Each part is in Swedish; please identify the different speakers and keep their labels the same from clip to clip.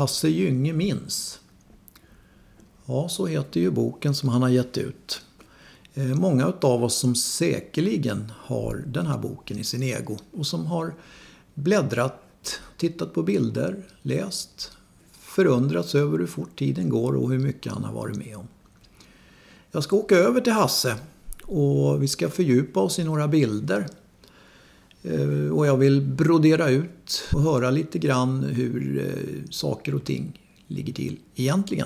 Speaker 1: Hasse Gynge minns. Ja, så heter ju boken som han har gett ut. Många av oss som säkerligen har den här boken i sin ego och som har bläddrat, tittat på bilder, läst, förundrats över hur fort tiden går och hur mycket han har varit med om. Jag ska åka över till Hasse och vi ska fördjupa oss i några bilder. Och jag vill brodera ut och höra lite grann hur saker och ting ligger till egentligen.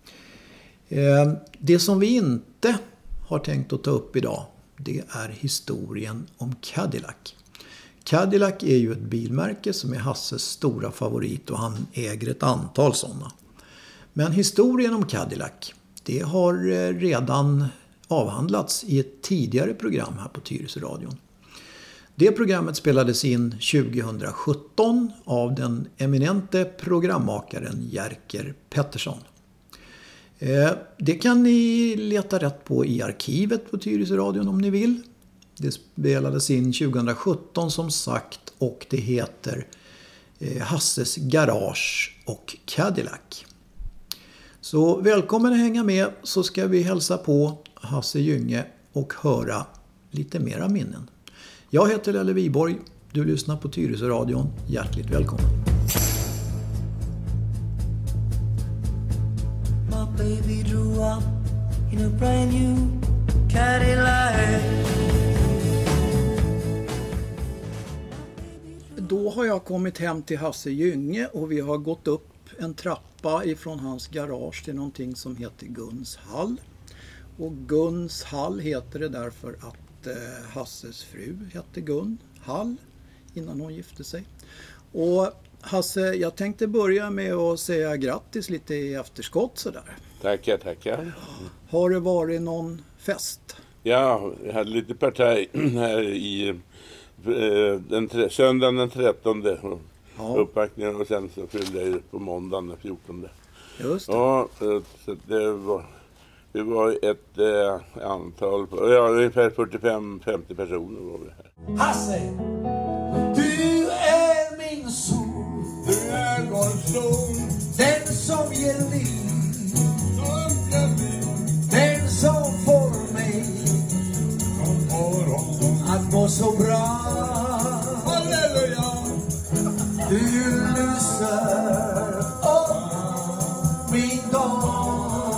Speaker 1: Det som vi inte har tänkt att ta upp idag, det är historien om Cadillac. Cadillac är ju ett bilmärke som är Hasses stora favorit och han äger ett antal sådana. Men historien om Cadillac, det har redan avhandlats i ett tidigare program här på Tyresöradion. Det programmet spelades in 2017 av den eminente programmakaren Jerker Pettersson. Det kan ni leta rätt på i arkivet på Tyresöradion om ni vill. Det spelades in 2017 som sagt och det heter Hasses garage och Cadillac. Så välkommen att hänga med så ska vi hälsa på Hasse Gynge och höra lite mera minnen. Jag heter Lelle Viborg, du lyssnar på Tyresöradion. Hjärtligt välkommen.
Speaker 2: My baby drew up in a brand new Cadillac.
Speaker 1: Då har jag kommit hem till Hasse Gynge och vi har gått upp en trappa ifrån hans garage till någonting som heter Guns hall. Och Guns hall heter det därför att Hasses fru hette Gun Hall innan hon gifte sig. Och Hasse, jag tänkte börja med att säga grattis lite i efterskott sådär.
Speaker 3: Tackar.
Speaker 1: Har det varit någon fest?
Speaker 3: Ja, jag hade lite partaj här i söndagen den 13. Uppvaktningen och sen så fyllde jag på måndagen den 14.
Speaker 1: Just det.
Speaker 3: Ja, så det var ett antal, ungefär 45-50 personer var vi här.
Speaker 2: Hasse, du är min sol. Du är vår sol. Den som ger liv. Den som får mig att må så bra. Halleluja. Du lyser upp min dag.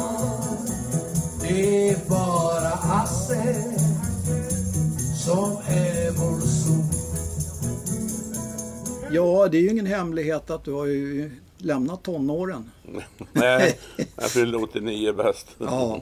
Speaker 2: Det är bara Hasse som är vår sol.
Speaker 1: Ja, det är ju ingen hemlighet att du har ju lämnat tonåren.
Speaker 3: Nej, jag fyllde 89 bäst.
Speaker 1: Ja,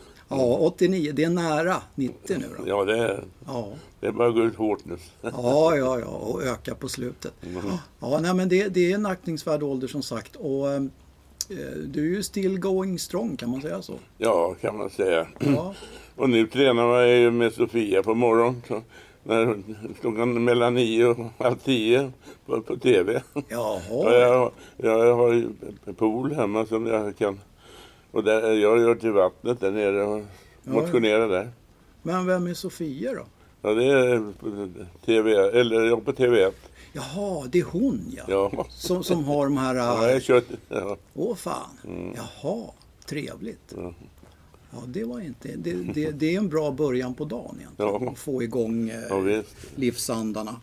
Speaker 1: 89. Det är nära 90 nu då.
Speaker 3: Ja, det är bara att gå ut hårt nu.
Speaker 1: Ja, och öka på slutet. Ja, nej, men det är en aktningsvärd ålder som sagt. Och du är ju still going strong, kan man säga så?
Speaker 3: Ja, kan man säga.
Speaker 1: Ja.
Speaker 3: Och nu tränar jag ju med Sofia på morgon. Så när klockan mellan 9 och halv 10 på tv.
Speaker 1: Jaha.
Speaker 3: Jag har ju pool hemma som jag kan. Och där, jag gör till vattnet där nere och motionerar där.
Speaker 1: Men vem är Sofia då?
Speaker 3: Ja, det är TV, eller jag på TV1.
Speaker 1: Jaha, det är hon
Speaker 3: ja.
Speaker 1: Som har de här...
Speaker 3: Ja, jag har kört. Ja.
Speaker 1: Åh fan. Jaha, trevligt. Ja, det var inte... Det är en bra början på dagen egentligen.
Speaker 3: Ja.
Speaker 1: Att få igång
Speaker 3: visst.
Speaker 1: livsandarna.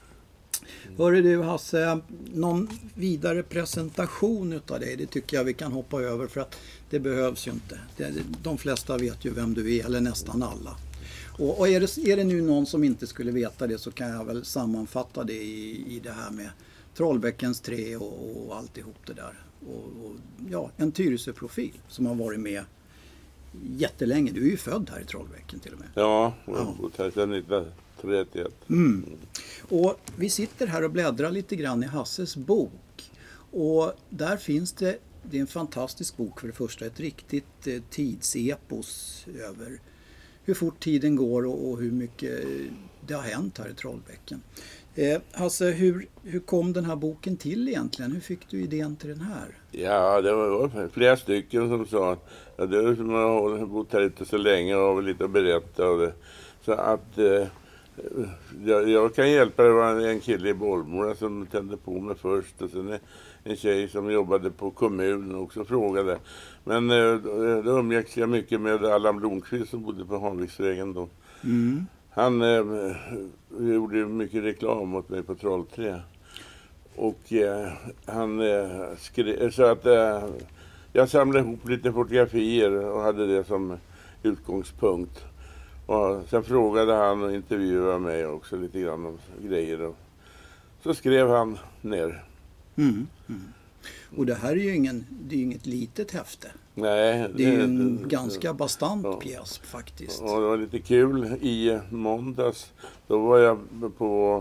Speaker 1: Hörru du Hasse, någon vidare presentation utav dig, det tycker jag vi kan hoppa över för att det behövs ju inte. De flesta vet ju vem du är, eller nästan alla. Och är det nu någon som inte skulle veta det så kan jag väl sammanfatta det i det här med Trollbäckens 3 och alltihop det där. Och ja, en Tyresö-profil som har varit med jättelänge. Du är ju född här i Trollbäcken till och med.
Speaker 3: Ja, jag har bott här sedan 1931.
Speaker 1: Och vi sitter här och bläddrar lite grann i Hasses bok. Och där finns det är en fantastisk bok för det första. Ett riktigt tidsepos över hur fort tiden går och hur mycket det har hänt här i Trollbäcken. Hasse, hur kom den här boken till egentligen? Hur fick du idén till den här?
Speaker 3: Ja, det var flera stycken som sa att du som har bott här ute så länge och har lite att berätta. Och det. Så att jag kan hjälpa. Det var en kille i Bollmora som tände på mig först. Och sen en tjej som jobbade på kommunen och också frågade. Men då umgicks jag mycket med Allan Blomqvist som bodde på Hanviksvägen då.
Speaker 1: Mm.
Speaker 3: Han gjorde mycket reklam åt mig på Trollträ. Och han skrev så att jag samlade ihop lite fotografier och hade det som utgångspunkt. Och sen frågade han och intervjuade mig också lite grann om grejer. Och så skrev han ner.
Speaker 1: Mm. Mm. Och det här är ju det är inget litet häfte.
Speaker 3: Nej.
Speaker 1: Det är ju en ganska bastant pjäs faktiskt.
Speaker 3: Och det var lite kul i måndags. Då var jag på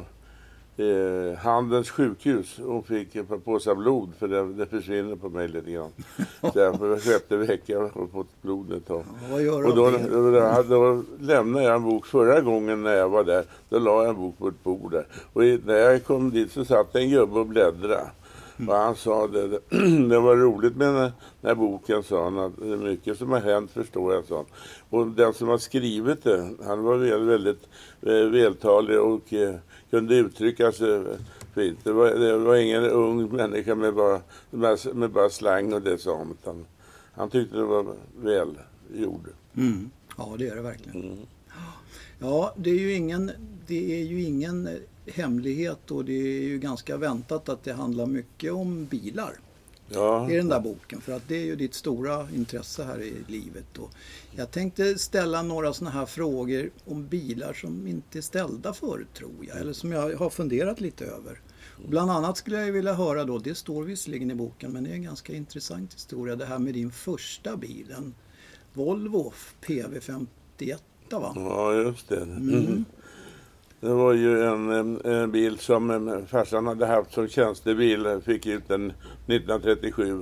Speaker 3: Handens sjukhus och fick ett par påsar blod för det försvinner på mig lite grann. Så jag för 6:e veckan har fått blodet.
Speaker 1: Ja, vad gör
Speaker 3: och då lämnade jag en bok förra gången när jag var där. Då la jag en bok på ett bord där. Och när jag kom dit så satt en gubbe och bläddrade. Och han sa det var roligt med den här boken, sa han, att det är mycket som har hänt, förstår jag, sa han. Och den som har skrivit det, han var väldigt vältalig och kunde uttrycka sig fint. Det var ingen ung människa med bara slang och det, sa han, utan han tyckte det var väl gjord.
Speaker 1: Mm. Ja, det är det verkligen. Mm. Ja, det är ju ingen hemlighet och det är ju ganska väntat att det handlar mycket om bilar i den där boken. För att det är ju ditt stora intresse här i livet. Och jag tänkte ställa några såna här frågor om bilar som inte är ställda förut, tror jag. Eller som jag har funderat lite över. Och bland annat skulle jag vilja höra då, det står visserligen i boken men det är en ganska intressant historia. Det här med din första bil, en Volvo PV51, va?
Speaker 3: Ja, just det. Mm. Det var ju en bil som farsan hade haft som tjänstebil. Fick ut den 1937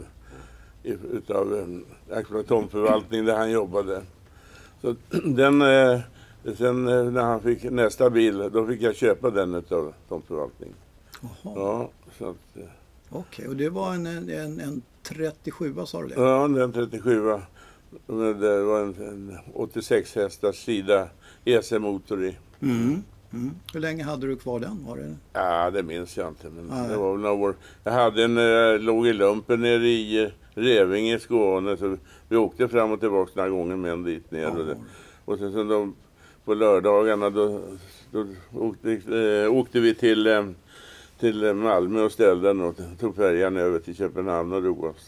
Speaker 3: utav Tomförvaltning där han jobbade. Så sen när han fick nästa bil, då fick jag köpa den utav Tomförvaltning. Ja, så att,
Speaker 1: Okej, och det var en 37, sa du det?
Speaker 3: Ja, en 37. Det var en 86 hästars sida EC-motor i.
Speaker 1: Mm. Mm. Hur länge hade du kvar den? Var det?
Speaker 3: Ja, det minns jag inte. Men det var några år. Jag hade låg i lumpen nere i Revinge i Skåne. Så vi åkte fram och tillbaka några gånger med en dit ner. Ja. Och sen på lördagarna då åkte vi till Malmö och ställde den och tog färjan över till Köpenhamn och drog oss.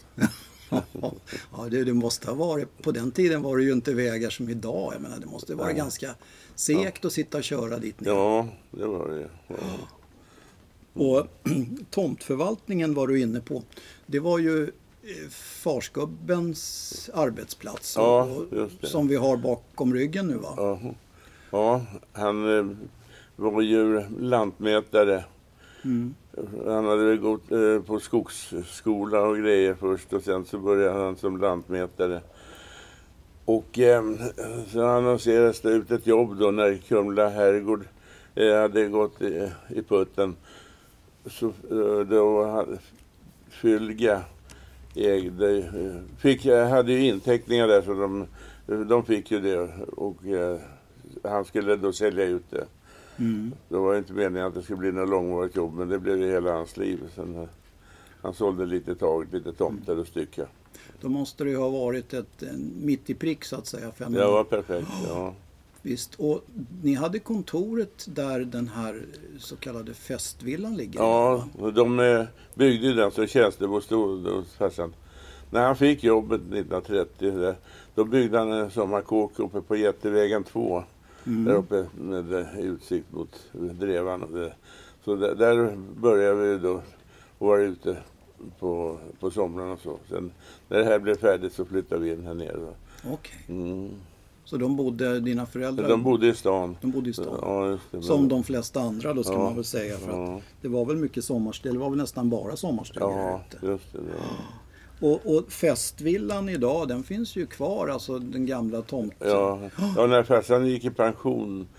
Speaker 1: Ja, det måste ha varit. På den tiden var det ju inte vägar som idag. Jag menar, det måste vara ganska segt att sitta och köra dit ner.
Speaker 3: Ja, det var det. Ja.
Speaker 1: Och tomtförvaltningen var du inne på. Det var ju farsgubbens arbetsplats.
Speaker 3: Ja, just det.
Speaker 1: Som vi har bakom ryggen nu, va?
Speaker 3: Ja, han var ju lantmätare. Mm. Han hade gått på skogsskola och grejer först och sen så började han som lantmätare. Och så annonserades det ut ett jobb då när Kumla herrgård hade gått i putten. Så då Fylga ägde, hade ju inteckningar där så de fick ju det och han skulle då sälja ut det. Mm. Det var inte meningen att det skulle bli något långvarigt jobb, men det blev det hela hans liv. Sen, han sålde lite tomter och stycken.
Speaker 1: Då måste det ju ha varit en mitt i prick, så att säga.
Speaker 3: Det var perfekt, ja.
Speaker 1: Visst, och ni hade kontoret där den här så kallade festvillan ligger.
Speaker 3: Ja, och de byggde den som tjänstebostad hos farsan. När han fick jobbet 1930, då byggde han en sommarkåk uppe på Jättevägen 2. Mm. Där uppe med utsikt mot Drevan. Så där började vi då vara ute på somrarna och så. Sen när det här blev färdigt så flyttade vi in här nere.
Speaker 1: Okej. Mm. Så dina föräldrar?
Speaker 3: De bodde i stan.
Speaker 1: De bodde i stan.
Speaker 3: Ja, just det.
Speaker 1: Som de flesta andra då, ska man väl säga. För att det var väl mycket sommarställ. Det var väl nästan bara sommarställen.
Speaker 3: Ja, just det. Ja.
Speaker 1: Och festvillan idag, den finns ju kvar, alltså den gamla tomten. Ja,
Speaker 3: när farsan gick i pension,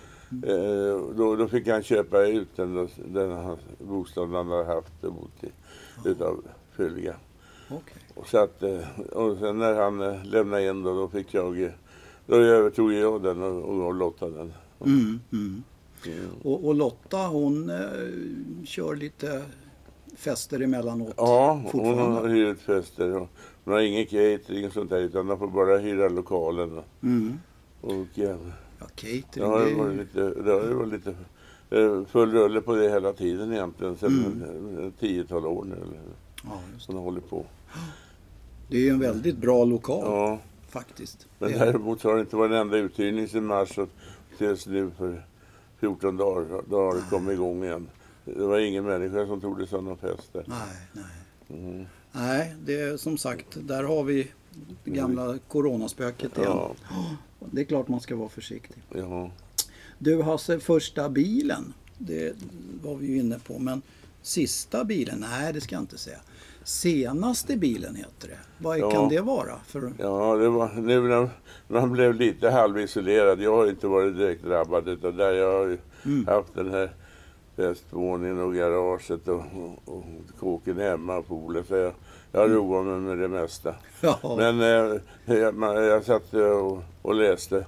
Speaker 3: då fick han köpa ut den bostaden han hade haft utav Fylga.
Speaker 1: Okay.
Speaker 3: Och sen när han lämnade in då övertog jag den och Lotta den.
Speaker 1: Mm. Och Lotta, hon kör lite fester emellanåt?
Speaker 3: Ja, hon
Speaker 1: fortfarande?
Speaker 3: har hyrt fester. Och hon har ingen catering och sånt där, utan hon får bara hyra lokalen. Och
Speaker 1: Ja, catering.
Speaker 3: det har ju varit lite full rulle på det hela tiden egentligen. Sedan 10-tal år nu.
Speaker 1: Ja, just
Speaker 3: Som har hållit på.
Speaker 1: det är ju en väldigt bra lokal
Speaker 3: Ja,
Speaker 1: faktiskt.
Speaker 3: men däremot har det inte varit en enda uthyrning sedan mars och tills nu för 14 dagar. Då har det kommit igång igen. Det var ingen människa som tog det sådana fester.
Speaker 1: Nej. Nej, det är som sagt, där har vi det gamla coronaspöket igen.
Speaker 3: Ja.
Speaker 1: Det är klart man ska vara försiktig.
Speaker 3: Ja.
Speaker 1: Du, Hasse, första bilen, det var vi ju inne på, men sista bilen, nej det ska jag inte säga. Senaste bilen heter det. Vad kan det vara?
Speaker 3: Ja, det var nu när man blev lite halvisolerad. Jag har inte varit direkt drabbad utav det. Jag har ju haft den här festvåningen och garaget och kåken hemma och poolen. Så jag roar mig med det mesta.
Speaker 1: Ja.
Speaker 3: Men jag satt och läste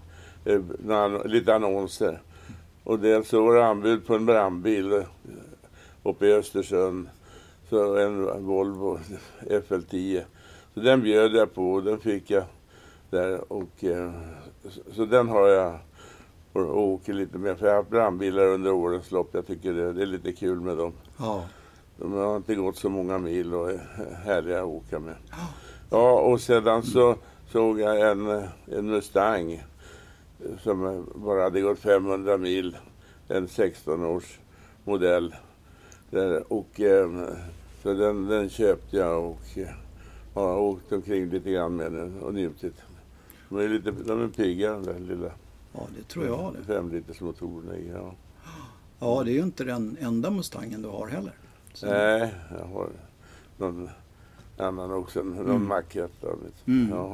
Speaker 3: lite annonser. Och dels så var det anbud på en brandbil uppe i Östersund. Så en Volvo FL10. Så den bjöd jag på och den fick jag där. Och, så den har jag och åker lite med. För jag har haft brandbilar under årens lopp. Jag tycker det är lite kul med dem.
Speaker 1: Ja.
Speaker 3: De har inte gått så många mil och är härliga att åka med. Ja, och sedan så såg jag en Mustang som bara hade gått 500 mil. En 16-års modell. Där, och så den köpte jag och har åkt omkring lite grann med den och njutit. De är pigga, den där lilla.
Speaker 1: Ja, det tror jag det.
Speaker 3: 5 liters motorn i, ja.
Speaker 1: Ja, det är ju inte den enda Mustangen du har heller. Så.
Speaker 3: Nej, jag har någon annan också, någon Macketta. Ja.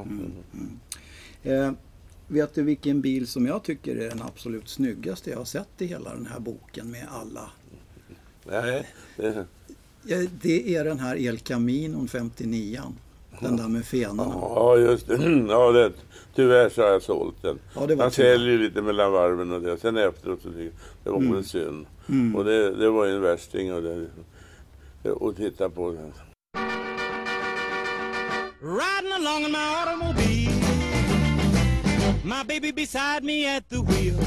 Speaker 1: Vet du vilken bil som jag tycker är den absolut snyggaste jag har sett i hela den här boken med alla?
Speaker 3: Nej.
Speaker 1: Det är den här El Camino 59. Den där med fenorna.
Speaker 3: Ja, just det. Ja, tyvärr så har jag sålt den.
Speaker 1: Ja,
Speaker 3: Man säljer ju lite mellan varven och det. Sen efteråt så det var en synd. Och det var ju en värsting att titta på den.
Speaker 4: Riding along in my automobile, my baby beside me at the wheel.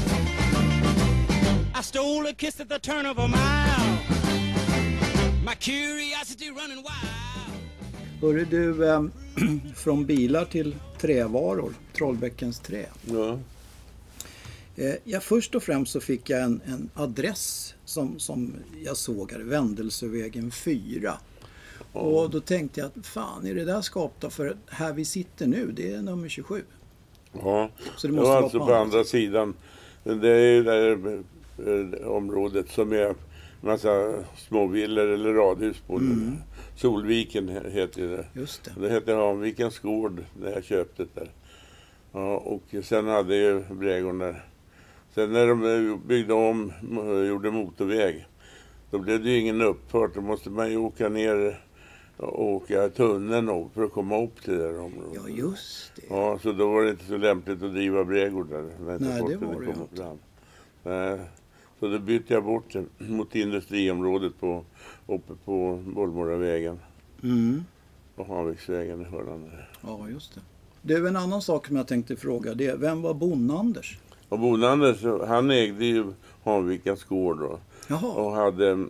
Speaker 4: I stole a kiss at the turn of a mile, my curiosity running wild.
Speaker 1: Hörru du, från bilar till trävaror, Trollbäckens trä.
Speaker 3: Ja.
Speaker 1: Ja, först och främst så fick jag en adress som jag såg här, Vändelsövägen 4. Och då tänkte jag att fan, är det där skapat? För här vi sitter nu, det är nummer 27.
Speaker 3: Ja,
Speaker 1: Så det
Speaker 3: det
Speaker 1: måste
Speaker 3: var
Speaker 1: vara
Speaker 3: alltså
Speaker 1: på
Speaker 3: på
Speaker 1: andra
Speaker 3: andra sidan. Det är ju där området som är massa småvillor eller radhus på. Solviken heter det.
Speaker 1: Just det.
Speaker 3: Det heter Hanvikens gård när jag köpte det där. Ja, och sen hade ju brädgården där. Sen när de byggde om och gjorde motorväg, då blev det ju ingen uppfart. Då måste man ju åka ner och åka tunneln för att komma upp till det där området.
Speaker 1: Ja, just det.
Speaker 3: Ja, så då var det inte så lämpligt att driva brädgård där.
Speaker 1: Nej, det var det ju inte.
Speaker 3: Nej, så då bytte jag bort det mot industriområdet uppe på Bollmoravägen. Och Hanviksvägen i hörnan där.
Speaker 1: Ja, just det. Det är en annan sak som jag tänkte fråga. Det är, vem var Bon-Anders?
Speaker 3: Och Bon-Anders, han ägde ju Hanvikens gård då.
Speaker 1: Jaha.
Speaker 3: Och hade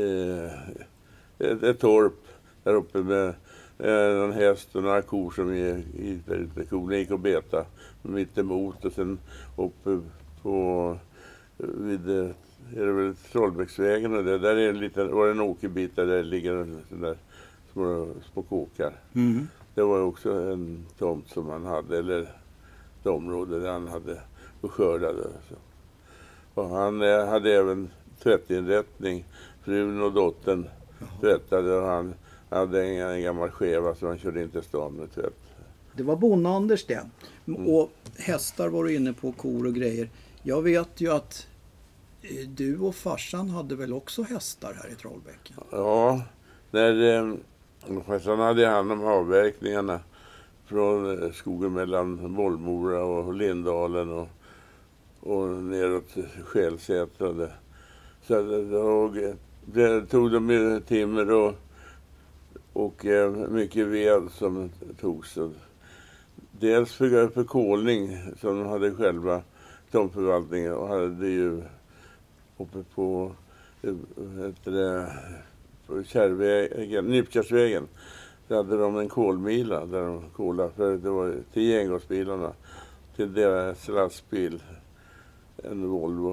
Speaker 3: ett torp där uppe med en häst och några kor som korna gick och beta mitt emot. Och sen uppe på vid är det väl Trollbäcksvägen och det där är en liten, var en åkerbit där det ligger en sån där små kåkar. Det var också en tomt som han hade, eller ett område där han hade skördade. Och han hade även tvättinrättning. Frun och dottern tvättade och han hade en gammal skeva så han körde inte stan med tvätt.
Speaker 1: Det var Bon-Anders det. Och hästar var du inne på, kor och grejer. Jag vet ju att du och farsan hade väl också hästar här i Trollbäcken?
Speaker 3: Ja, när farsan hade hand om avverkningarna från skogen mellan Bollmora och Lindalen och neråt Skälsätra. Så det tog de timmer och Och mycket ved som togs. Dels för kolning som de hade själva, tomförvaltningen, och hade ju uppe på Nypkärsvägen. Där hade de en kolmila där de kolade, för det var till gengångsbilarna, till deras lastbil, en Volvo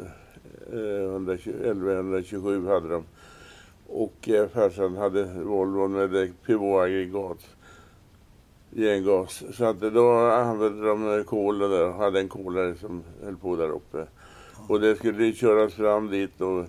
Speaker 3: 1127 hade de. Och farsan hade Volvo med pivotaggregat, gengas. Så att då använde de kolen där, hade en kolare som höll på där uppe. Och det skulle köras fram dit och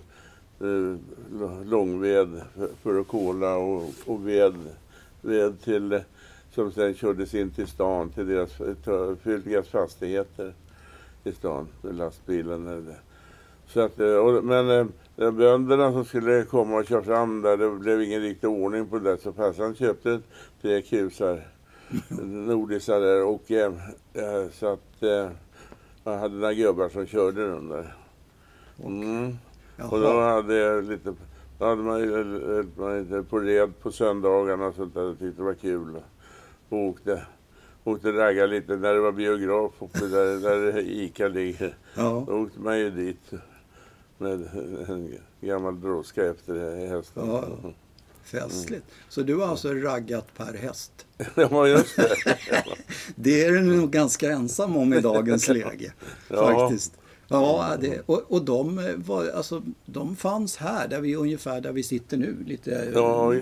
Speaker 3: långved för att kola och ved till, som sen kördes in till stan, till deras fastigheter i stan med lastbilen. Så att, men bönderna som skulle komma och köra fram där, det blev ingen riktig ordning på det, så farsan köpte 3 kusar nordisar där, och så att man hade några gubbar som körde den där. Och då hade man ju på red på söndagarna och sånt där, och tyckte det var kul. Och åkte ragga lite när det var biograf uppe där Ica ligger. Ja. Då åkte man ju dit med en gammal droska efter hästen.
Speaker 1: Ja. Festligt. Så du har alltså raggat per häst?
Speaker 3: Ja, just det.
Speaker 1: Det är du nog ganska ensam om i dagens läge. Faktiskt. Ja, och de fanns här, ungefär där vi sitter nu. Lite,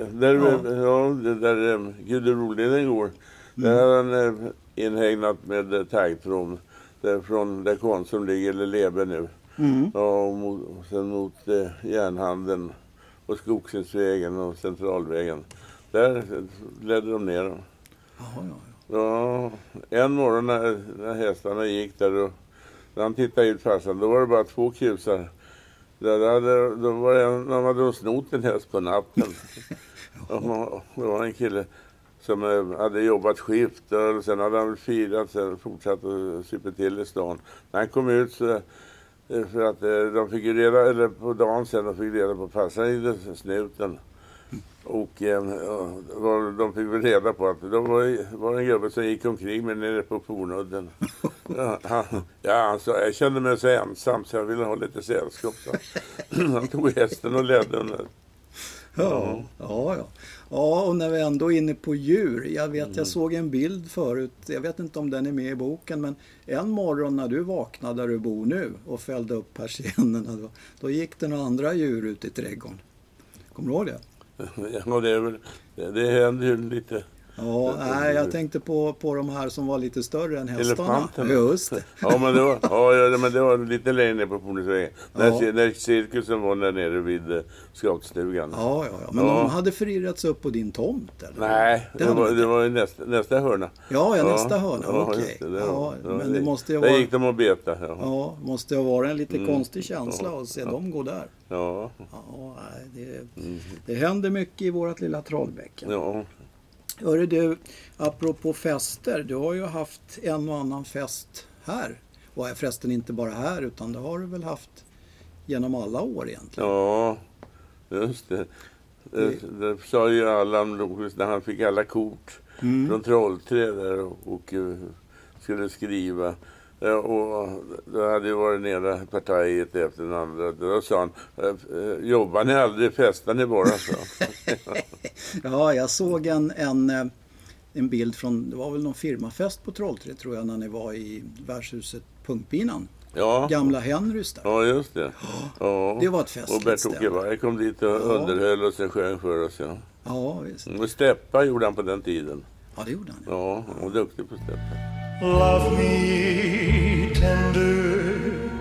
Speaker 3: där Guderoleden går. Där är den inhägnat med taggtråd. Från där Konsum ligger, eller Lebe nu. Ja, och sen mot järnhandeln och Skogsensvägen och Centralvägen. Där ledde de ner dem. Ja, en morgon när hästarna gick där, och när han tittade ut farsan, då var det bara 2 kusar. Då hade de snott en häst på natten. Det var en kille som hade jobbat skift, och sen hade han firat, sen fortsatt att supa till i stan. När han kom ut så, för att de fick reda, eller på dagen sen, de fick reda på farsan i snuten. Och de fick väl reda på att de var en gubbe som gick omkring med nere på Fornudden. Han sa, jag kände mig så ensam så jag ville ha lite sällskap. Han tog hästen och ledde den där.
Speaker 1: Ja, och när vi ändå är inne på djur. Jag såg en bild förut. Jag vet inte om den är med i boken. Men en morgon när du vaknade där du bor nu och fällde upp persiennerna. Då gick det några andra djur ut i trädgården. Kommer du ihåg det?
Speaker 3: Ja, det händer ju lite.
Speaker 1: Ja, nej, jag tänkte på de här som var lite större än hästarna.
Speaker 3: Elefanterna.
Speaker 1: Just det.
Speaker 3: Ja, men det var lite längre ner på Fornudden. När cirkusen var där nere vid scoutstugan.
Speaker 1: Ja. Men de hade förirrats upp på din tomt, eller?
Speaker 3: Nej, det var ju nästa hörna.
Speaker 1: Ja, nästa hörna, okej. Men det måste ju vara...
Speaker 3: Där gick de och beta.
Speaker 1: Ja, måste ju vara en lite konstig känsla att se dem gå där.
Speaker 3: Ja.
Speaker 1: Det händer mycket i vårt lilla Trollbäcken.
Speaker 3: Ja.
Speaker 1: Hörru du, apropå fester, du har ju haft en och annan fest här. Och förresten inte bara här, utan det har du väl haft genom alla år egentligen.
Speaker 3: Ja, just det. Det sa ju Allan Blomqvist när han fick alla kort från Trollträd där och skulle skriva. Och då hade ju varit nere partiet efter den andra. Då sa han, jobbar ni aldrig, festar ni bara? Så.
Speaker 1: Ja, jag såg en bild från, det var väl någon firmafest på Trollträd tror jag, när ni var i värdshuset Punkbinan.
Speaker 3: Ja.
Speaker 1: Gamla Henrys där.
Speaker 3: Ja, just det. Ja.
Speaker 1: Det var ett festligt
Speaker 3: och Bert-Åke Varg kom dit och underhöll och sen sjöng för oss.
Speaker 1: Ja, visst.
Speaker 3: Och steppa gjorde han på den tiden.
Speaker 1: Ja, det gjorde han.
Speaker 3: Ja, han var duktig på steppa.
Speaker 2: Love me tender,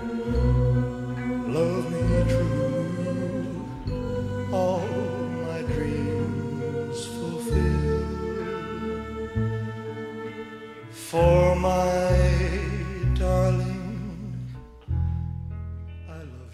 Speaker 2: love me true, all my dreams fulfill, for my darling, I love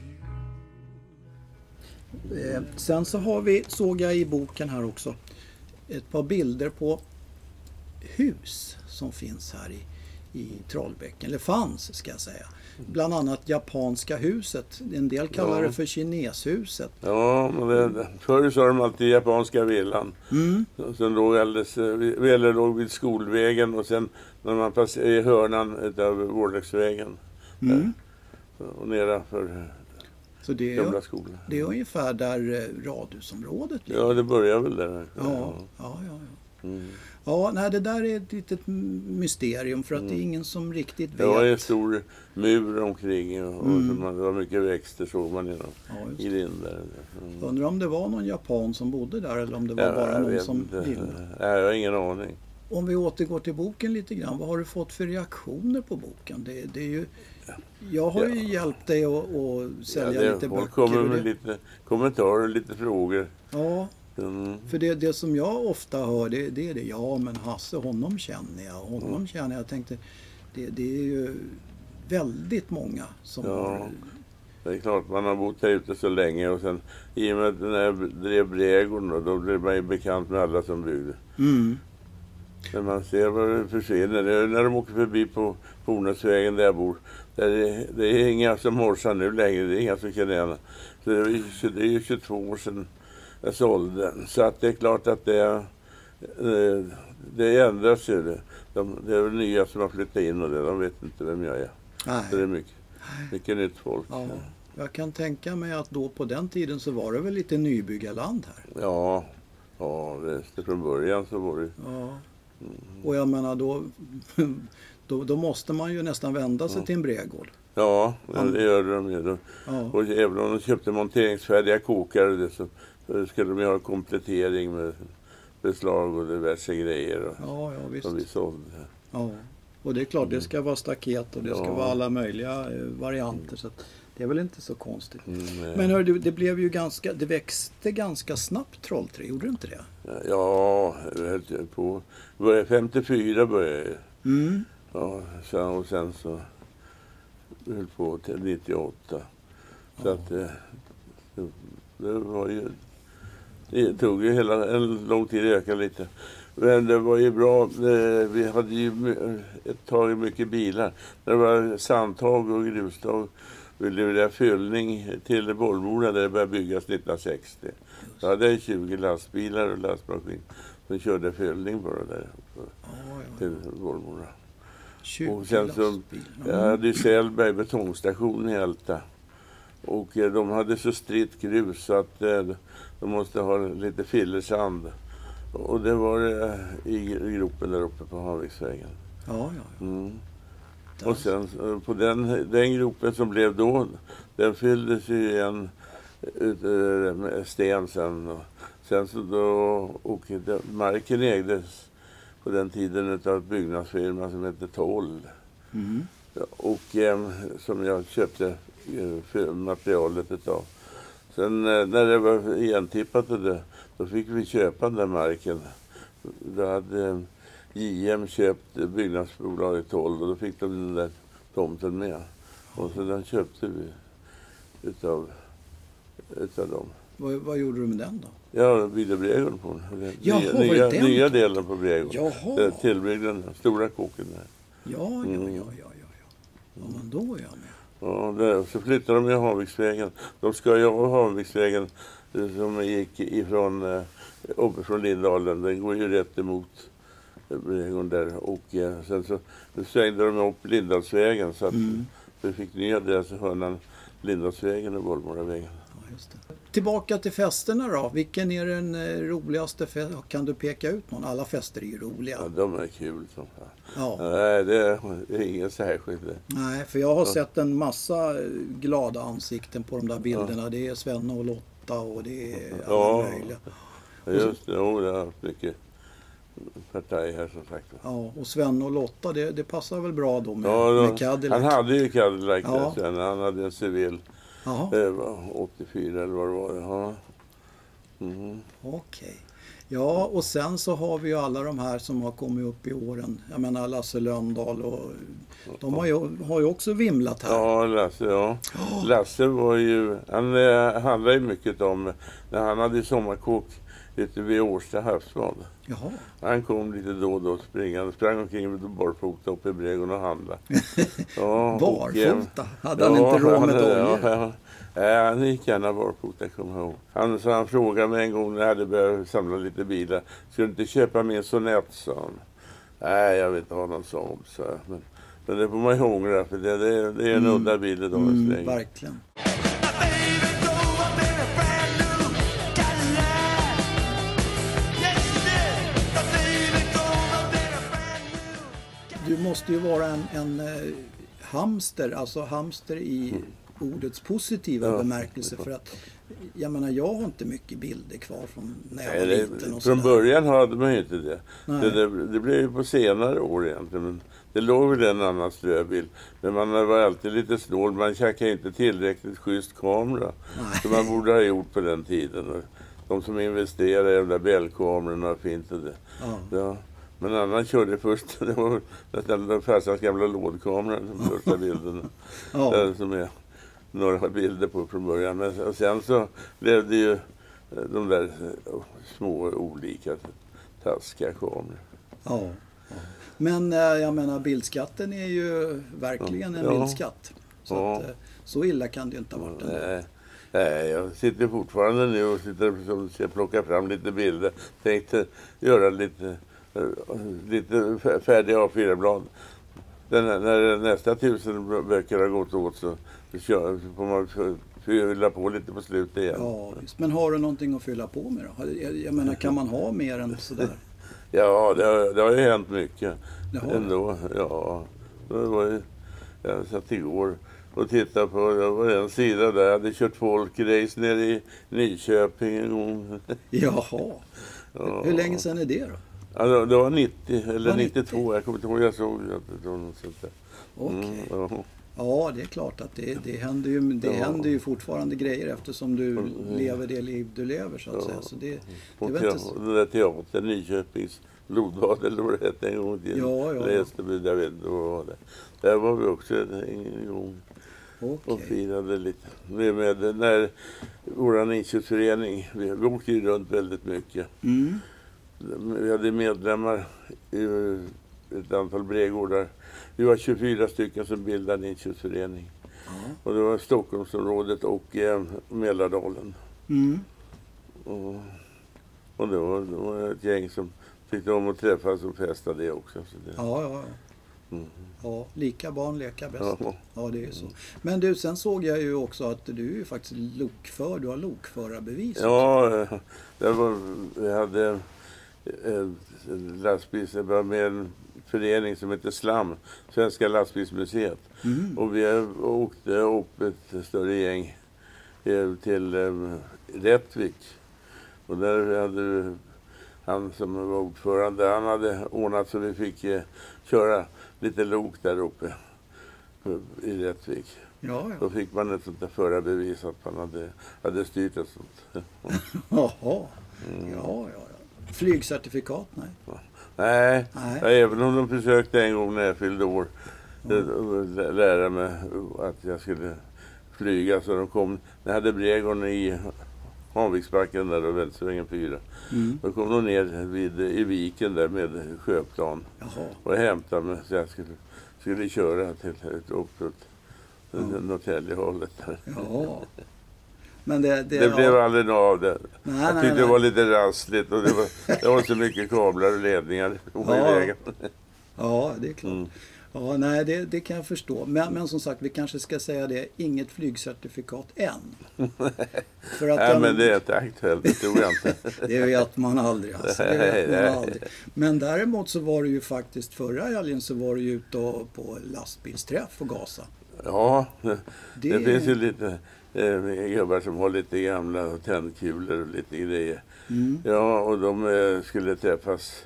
Speaker 2: you.
Speaker 1: Sen så såg jag i boken här också ett par bilder på hus som finns här i Trollbäcken, eller fanns ska jag säga. Bland annat Japanska huset, en del kallar det för Kineshuset.
Speaker 3: Ja, men förr sa de alltid Japanska villan. Sen låg vid Skolvägen och sen när man passerade i hörnan av Vårdagsvägen. Och nedanför
Speaker 1: så det
Speaker 3: gamla skolan.
Speaker 1: Det är ungefär där radhusområdet ligger.
Speaker 3: Ja, det börjar väl där.
Speaker 1: Ja. Ja, nej, det där är ett litet mysterium för att det är ingen som riktigt vet.
Speaker 3: Det var en stor mur omkring och det var mycket växter såg man i den där.
Speaker 1: Undrar om det var någon japan som bodde där eller om det var bara någon som ville.
Speaker 3: Nej, jag har ingen aning.
Speaker 1: Om vi återgår till boken lite grann, vad har du fått för reaktioner på boken? Det är ju, jag har ju hjälpt dig att sälja lite böcker.
Speaker 3: Kommer med lite kommentarer, lite frågor.
Speaker 1: Ja, för det som jag ofta hör det är det. Ja, men Hasse, honom känner jag. Jag tänkte, det är ju väldigt många som har...
Speaker 3: Det är klart, man har bott här ute så länge och sen i och med när jag drev brädgården då blev man ju bekant med alla som byggde. När man ser vad det försvinner, när de åker förbi på Hornäsvägen där jag bor, det är inga som morsar nu längre, det är inga som känner henne. Så det är ju 22 år sedan jag sålde den. Så att det är klart att det ändras ju. Det är väl nya som har flyttat in och de vet inte vem jag är.
Speaker 1: Nej.
Speaker 3: Så det är mycket nytt folk.
Speaker 1: Ja, jag kan tänka mig att då på den tiden så var det väl lite nybyggarland här.
Speaker 3: Ja, från början så var det.
Speaker 1: Ja. Och jag menar då måste man ju nästan vända sig till en brädgård.
Speaker 3: Ja, det gör de ju. Ja. Och även om de köpte monteringsfärdiga kokare så skulle de ju ha komplettering med beslag och diverse grejer
Speaker 1: visst.
Speaker 3: Som vi sålde.
Speaker 1: Ja, och det är klart det ska vara staket och det ska vara alla möjliga varianter så att det är väl inte så konstigt. Men hör du, det växte ganska snabbt Trollträ, gjorde det inte det?
Speaker 3: Ja, på 54 började jag. Ja, och sen så höll på till 98. Så att det var ju... Det tog ju en lång tid att öka lite. Men det var ju bra. Vi hade ju ett tag mycket bilar. Det var sandtag och grustag. Vi levererade fyllning till Bollmora där det började byggas 1960. Så hade jag 20 lastbilar och lastmaskin som körde fyllning bara där till Bollmora. Och sen så jag hade ju Sällberg betongstation i Älta. Och de hade så stritt grus så att de måste ha lite fillersand. Och det var i gropen där uppe på Havviksvägen. Och sen på den gropen som blev då, den fylldes ju igen med sten sen. Och sen så då, marken ägdes på den tiden av ett byggnadsfirma som hette Toll. Och som jag köpte materialet utav. Sen när det var igentippat då fick vi köpa den där marken. Då hade JM köpt byggnadsbolaget 12 och då fick de den där tomten med. Och så den köpte vi utav dem.
Speaker 1: Vad gjorde du med den då?
Speaker 3: Ja, byggde brädgården på den. Nya delen på brädgården. Tillbyggde den stora koken där.
Speaker 1: Ja, men då är jag med.
Speaker 3: Ja, så flyttade de i Havviksvägen. De ska ju ha Havviksvägen som gick ifrån uppifrån Lindalen. Den går ju rätt emot brädgården där. Och sen så svängde de upp Lindalsvägen så att vi fick ny adress i hörnan Lindalsvägen och Bollmoravägen.
Speaker 1: Ja, just det. Tillbaka till festerna då. Vilken är den roligaste festen? Kan du peka ut någon? Alla fester är ju roliga.
Speaker 3: Ja, de är kul som fan.
Speaker 1: Ja.
Speaker 3: Nej, det är inget särskilt.
Speaker 1: Nej, för jag har sett en massa glada ansikten på de där bilderna. Ja. Det är Sven och Lotta och det är alla möjliga.
Speaker 3: Just det, det har mycket parti här som sagt.
Speaker 1: Ja, och Sven och Lotta, det passar väl bra då med Cadillac.
Speaker 3: Han hade ju Cadillac sen. Han hade en civil 84 eller vad det var. Ja.
Speaker 1: Okej. Ja, och sen så har vi ju alla de här som har kommit upp i åren. Jag menar Lasse Lönndahl och de har ju också vimlat här.
Speaker 3: Ja, Lasse, Lasse var ju, han handlade ju mycket om, när han hade sommarkåk ute vid Årsta havsbad.
Speaker 1: Jaha.
Speaker 3: Han kom lite då och då springande. Sprang omkring barfota uppe i Brädgården och handla. Ja,
Speaker 1: Barfota? Hade han inte råd med oljor?
Speaker 3: Ja, han gick gärna barfota, kommer jag ihåg. Han frågade mig en gång när jag hade börjat samla lite bilar. Skulle du inte köpa min Sonett, sa han. Nej, jag vill inte ha någon sån, sa jag. Men det får man ju ångra, för det är en udda bil idag.
Speaker 1: Verkligen. Du måste ju vara en hamster, alltså hamster i ordets positiva bemärkelse, för att jag menar, jag har inte mycket bilder kvar från när jag var liten. Och
Speaker 3: från början hade man ju inte det. Det blev ju på senare år egentligen. Men det låg väl en annan ströbild. Men man var alltid lite snål. Man käkade inte tillräckligt schysst kamera. Som man borde ha gjort på den tiden. De som investerade i de där bällkamerorna och fint och det. Ja. Men annan körde först. Det var den farsans gamla lådkamera. De första bilderna. Som är några bilder på från början. Men sen så blev det ju de där små olika taskiga kameror.
Speaker 1: Ja. Men jag menar, bildskatten är ju verkligen en bildskatt. Så, att, så illa kan det ju inte ha varit.
Speaker 3: Nej, jag sitter fortfarande nu och ska plocka fram lite bilder. Tänkte göra lite färdiga A4-blad. När nästa 1000 böcker har gått åt så får man fylla på lite på slutet igen.
Speaker 1: Ja, visst. Men har du någonting att fylla på med då? Jag menar, kan man ha mer än sådär?
Speaker 3: Ja, det har ju hänt mycket. Ändå. Ja, det var ju, jag satt igår och tittade på, det var en sida där jag hade kört folkrace nere i Nyköping en gång.
Speaker 1: Jaha. Ja. Hur länge sedan är det då?
Speaker 3: Alltså, det var 90 eller 92, jag kommer inte ihåg, jag såg att det var något sånt där.
Speaker 1: Okej. Ja, det är klart att det händer ju fortfarande grejer eftersom du lever det liv du lever, så att säga. Så det
Speaker 3: den där teatern, Nyköpings blodbad eller vad det hette en gång till. Läste vi, jag vet inte vad var det. Där var vi också en gång och firade lite. Med när våran inköpsförening, vi åkte ju runt väldigt mycket. Vi hade medlemmar i ett antal brädgårdar. Vi var 24 stycken som bildade en inköpsförening. Och det var Stockholmsområdet och Mälardalen. Och det var ett gäng som tyckte om att träffas och festa det också. Så det.
Speaker 1: Ja, lika barn leka bäst. Ja, det är så. Men du, sen såg jag ju också att du är ju faktiskt lokför. Du har lokförarbevis.
Speaker 3: Ja, vi hade lastbils. Det var med en förening som heter SLAM, Svenska lastbilsmuseet. Och vi åkte upp ett större gäng till Rättvik. Och där hade han som var ordförande, han hade ordnat så vi fick köra lite lok där uppe i Rättvik. Då fick man ett sånt där förarbevis att man hade styrt ett sånt.
Speaker 1: Jaha. Ja. Flygcertifikat, nej.
Speaker 3: Nej. Även om de försökte en gång när jag fyllde år lära mig att jag skulle flyga. Så de kom, när jag hade Brädgården i Hanviksbacken där och Väldsvängen 4. Då kom de ner i viken där med sjöplan och hämtade mig så jag skulle köra till uppåt Norrtäljehållet där.
Speaker 1: Ja. Men det
Speaker 3: blev aldrig något av det. Jag tyckte det var lite rassligt och det var så mycket kablar och ledningar i vägen.
Speaker 1: Ja, det är klart. Ja, nej, det kan jag förstå. Men som sagt, vi kanske ska säga det, inget flygcertifikat än. För att
Speaker 3: men det är inte aktuellt, det tror jag inte.
Speaker 1: Det vet man aldrig. Alltså. Det vet man aldrig. Men däremot så var det ju faktiskt förra helgen så var det ju ute på lastbilsträff och gasa.
Speaker 3: Ja, det finns ju lite gubbar som har lite gamla tändkulor och lite grejer. Ja, och de skulle träffas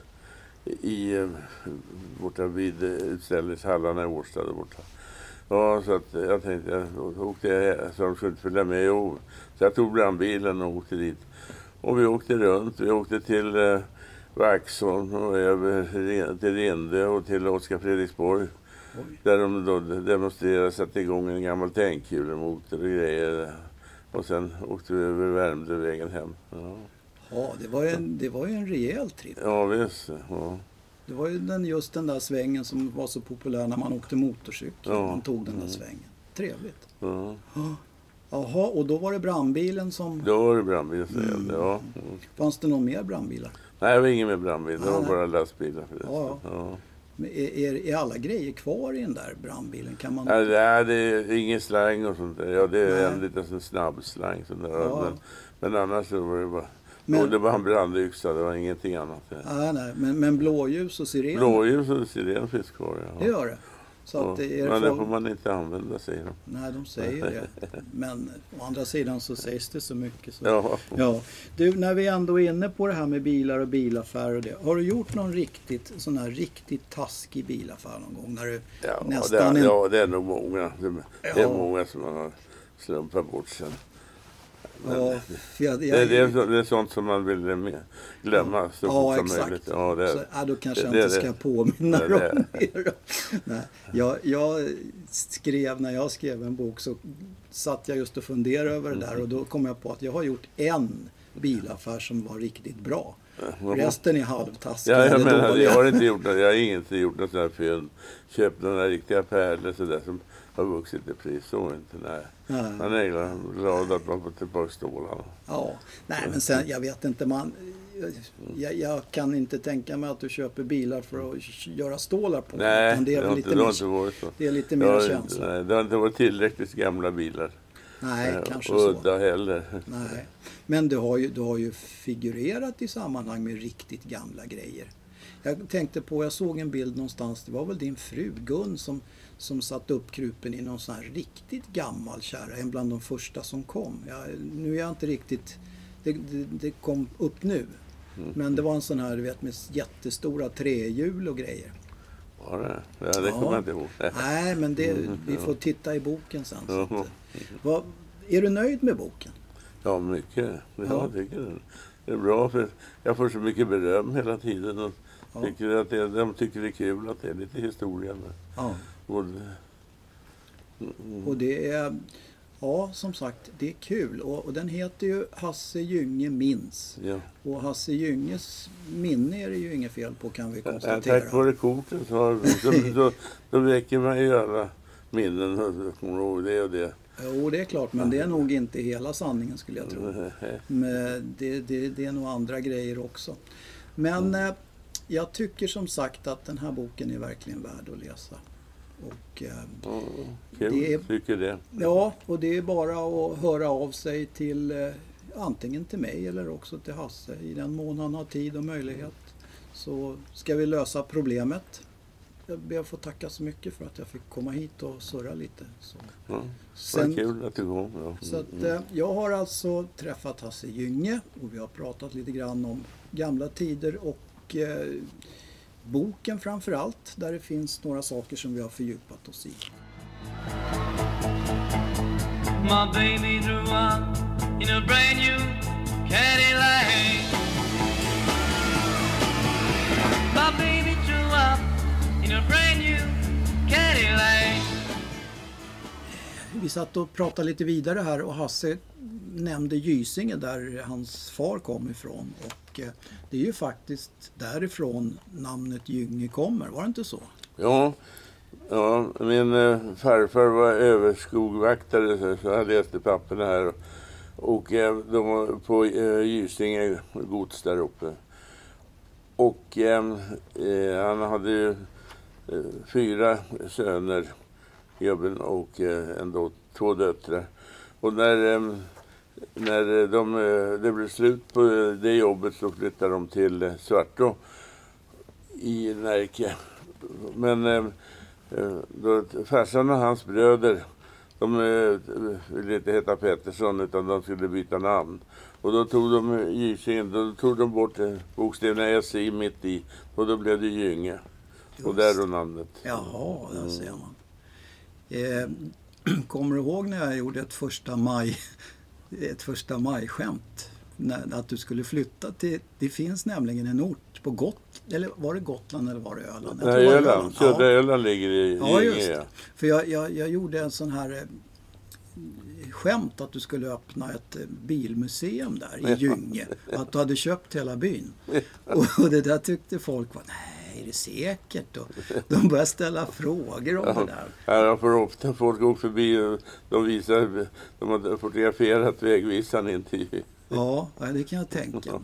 Speaker 3: borta vid utställningshallarna i Årsta där borta. Ja, så att jag tänkte, så de skulle följa med. Så jag tog brandbilen och åkte dit. Och vi åkte runt. Vi åkte till Vaxholm och över till Rinde och till Oskar Fredriksborg. Där de då demonstrerade, satte igång en gammal tändkulemotor och grejer. Och sen åkte vi över Värmdövägen hem.
Speaker 1: Ja, det var ju en rejäl tripp.
Speaker 3: Ja, visst. Ja.
Speaker 1: Det var ju just den där svängen som var så populär när man åkte motorcykel.
Speaker 3: Ja.
Speaker 1: Man tog den där svängen. Trevligt.
Speaker 3: Ja.
Speaker 1: Jaha, och då var det brandbilen som...
Speaker 3: Då var det brandbil, ja.
Speaker 1: Fanns det någon mer brandbilar?
Speaker 3: Nej, det var ingen med brandbil. Det var
Speaker 1: nej.
Speaker 3: bara lastbilar.
Speaker 1: Ja. Men är alla grejer kvar i den där brandbilen? Kan man...
Speaker 3: Nej, det är ingen slang och sånt där. Ja, det är
Speaker 1: Nej.
Speaker 3: en liten sån snabb slang. Sån där.
Speaker 1: Ja.
Speaker 3: Men annars så var det bara...
Speaker 1: Men-
Speaker 3: det var en brandyxa, det var ingenting annat.
Speaker 1: Nej, men blåljus och siren?
Speaker 3: Blåljus och siren finns kvar, ja.
Speaker 1: Det gör det. Så att det är
Speaker 3: men det
Speaker 1: folk...
Speaker 3: får man inte använda, säger de.
Speaker 1: Nej, de säger det. Men å andra sidan så sägs det så mycket. Så...
Speaker 3: Ja.
Speaker 1: Ja. Du, när vi ändå är inne på det här med bilar och bilaffär och det. Har du gjort någon riktigt taskig bilaffär någon gång? När du nästan
Speaker 3: det är nog många. Det är många som man har slumpat bort sen.
Speaker 1: Ja, för
Speaker 3: Det är sånt som man vill glömma så fort som
Speaker 1: exakt.
Speaker 3: möjligt. Ja, det är,
Speaker 1: så, då kanske jag inte ska påminna om det. Nej, jag skrev, när jag skrev en bok så satt jag just och funderade över det där och då kom jag på att jag har gjort en bilaffär som var riktigt bra. Resten är halvtaskiga.
Speaker 3: Ja, jag har inte gjort det. Jag har inte gjort något sådant här fel. Köpt några riktiga pärlor så där som har vuxit i pris. Så inte, nej. Man är glad att man får tillbaka stålarna.
Speaker 1: Ja, nej men sen, jag vet inte, jag kan inte tänka mig att du köper bilar för att göra stålar på.
Speaker 3: Nej,
Speaker 1: det är väl lite
Speaker 3: har inte varit så.
Speaker 1: Det är lite mer känsla.
Speaker 3: Nej, det har inte varit tillräckligt gamla bilar.
Speaker 1: Nej, kanske
Speaker 3: och
Speaker 1: så.
Speaker 3: udda heller.
Speaker 1: Nej, men du har ju figurerat i sammanhang med riktigt gamla grejer. Jag tänkte på, jag såg en bild någonstans, det var väl din fru Gun som satt uppkrupen i någon sån här riktigt gammal kärra, en bland de första som kom. Nu är jag inte riktigt, det kom upp nu. Men det var en sån här, du vet, med jättestora trähjul och grejer.
Speaker 3: Var det? Ja, det kommer jag inte ihåg.
Speaker 1: Nej, men vi får titta i boken sen. Så att, är du nöjd med boken?
Speaker 3: Ja, mycket. Jag tycker det är bra, för jag får så mycket beröm hela tiden. Och tycker att de tycker det är kul att det är lite historia med.
Speaker 1: Ja. Och det är, som sagt, det är kul. Och den heter ju Hasse Gynge minns.
Speaker 3: Ja.
Speaker 1: Och Hasse Gynges minne är det ju inget fel på, kan vi konstatera.
Speaker 3: Tack vare korten så väcker man ju alla minnen och kommer ihåg det och det.
Speaker 1: Jo, det är klart, men det är nog inte hela sanningen skulle jag tro. Men det är nog andra grejer också. Men jag tycker som sagt att den här boken är verkligen värd att läsa. Och
Speaker 3: kul, tycker det.
Speaker 1: Ja, och det är bara att höra av sig till antingen till mig eller också till Hasse i den mån han har tid och möjlighet. Så ska vi lösa problemet. Jag ber att få tacka så mycket för att jag fick komma hit och surra lite. Så.
Speaker 3: Ja, sen, kul att du kom. Ja.
Speaker 1: Så att, jag har alltså träffat Hasse Gynge och vi har pratat lite grann om gamla tider och boken framför allt, där det finns några saker som vi har fördjupat oss i.
Speaker 5: My baby grew up in a brand new Cadillac. My baby grew up in a brand new Cadillac.
Speaker 1: Vi satt och pratade lite vidare här och Hasse nämnde Gysinge där hans far kom ifrån. Och det är ju faktiskt därifrån namnet Gynge kommer, var det inte så?
Speaker 3: Ja, min farfar var överskogvaktare så jag läste papperna här. Och de var på Gysinge gods där uppe. Och han hade ju 4 söner, gubben, och två döttrar. Och när det blev slut på det jobbet så flyttade de till Svartå i Närke. Men då farsan och hans bröder, de ville inte heta Pettersson utan de skulle byta namn. Och då tog de Gysinge, då tog de bort bokstäverna S i mitt i och då blev det Gynge. Och där då namnet.
Speaker 1: Jaha, där ser man. Kommer du ihåg när jag gjorde ett första maj-skämt? Att du skulle flytta till, det finns nämligen en ort på Gotland, eller var det Gotland eller var det Öland?
Speaker 3: Nej, Öland. Södra Öland ligger i
Speaker 1: ja, just det. För jag gjorde en sån här skämt att du skulle öppna ett bilmuseum där i Gynge. Att du hade köpt hela byn. Och det där tyckte folk var, nej, är det säkert? Och de började ställa frågor om det där.
Speaker 3: Ja, för ofta folk går förbi, de har fotograferat vägvisaren in till.
Speaker 1: Ja, det kan jag tänka.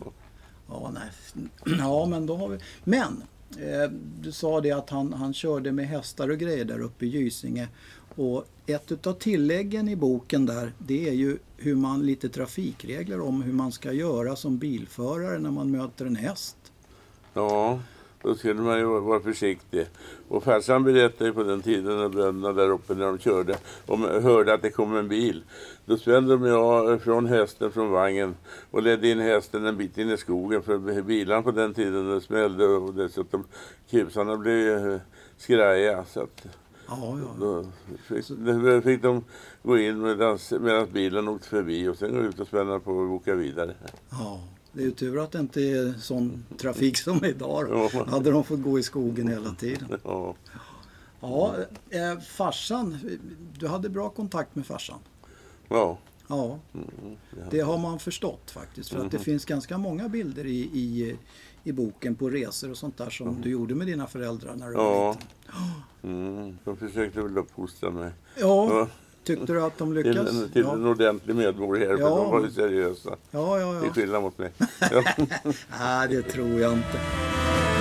Speaker 1: Ja, men då har vi... Men, du sa det att han körde med hästar och grejer där uppe i Gysinge. Och ett av tilläggen i boken där, det är ju hur man, lite trafikregler om hur man ska göra som bilförare när man möter en häst.
Speaker 3: Ja, då skulle man ju vara försiktig. Och farsan berättade ju på den tiden när bönderna där uppe när de körde och hörde att det kom en bil. Då spände de jag från hästen från vagnen och ledde in hästen en bit in i skogen för bilarna på den tiden smällde och dessutom kusarna blev skraja så att...
Speaker 1: Ja.
Speaker 3: Då fick de gå in medan bilen åkte förbi och sen gå ut och spänna på och åka vidare.
Speaker 1: Ja, det är ju tur att det inte är sån trafik som idag. Då hade de fått gå i skogen hela tiden. Ja, farsan, du hade bra kontakt med farsan.
Speaker 3: Ja.
Speaker 1: Ja, det har man förstått faktiskt. För att det finns ganska många bilder i boken på resor och sånt där som du gjorde med dina föräldrar när du var liten.
Speaker 3: De försökte väl uppfostra mig.
Speaker 1: Ja, tyckte du att de lyckades?
Speaker 3: Till en ordentlig medborgare, för de var ju seriösa.
Speaker 1: Ja.
Speaker 3: Det är skillnad mot mig.
Speaker 1: Nej, det tror jag inte.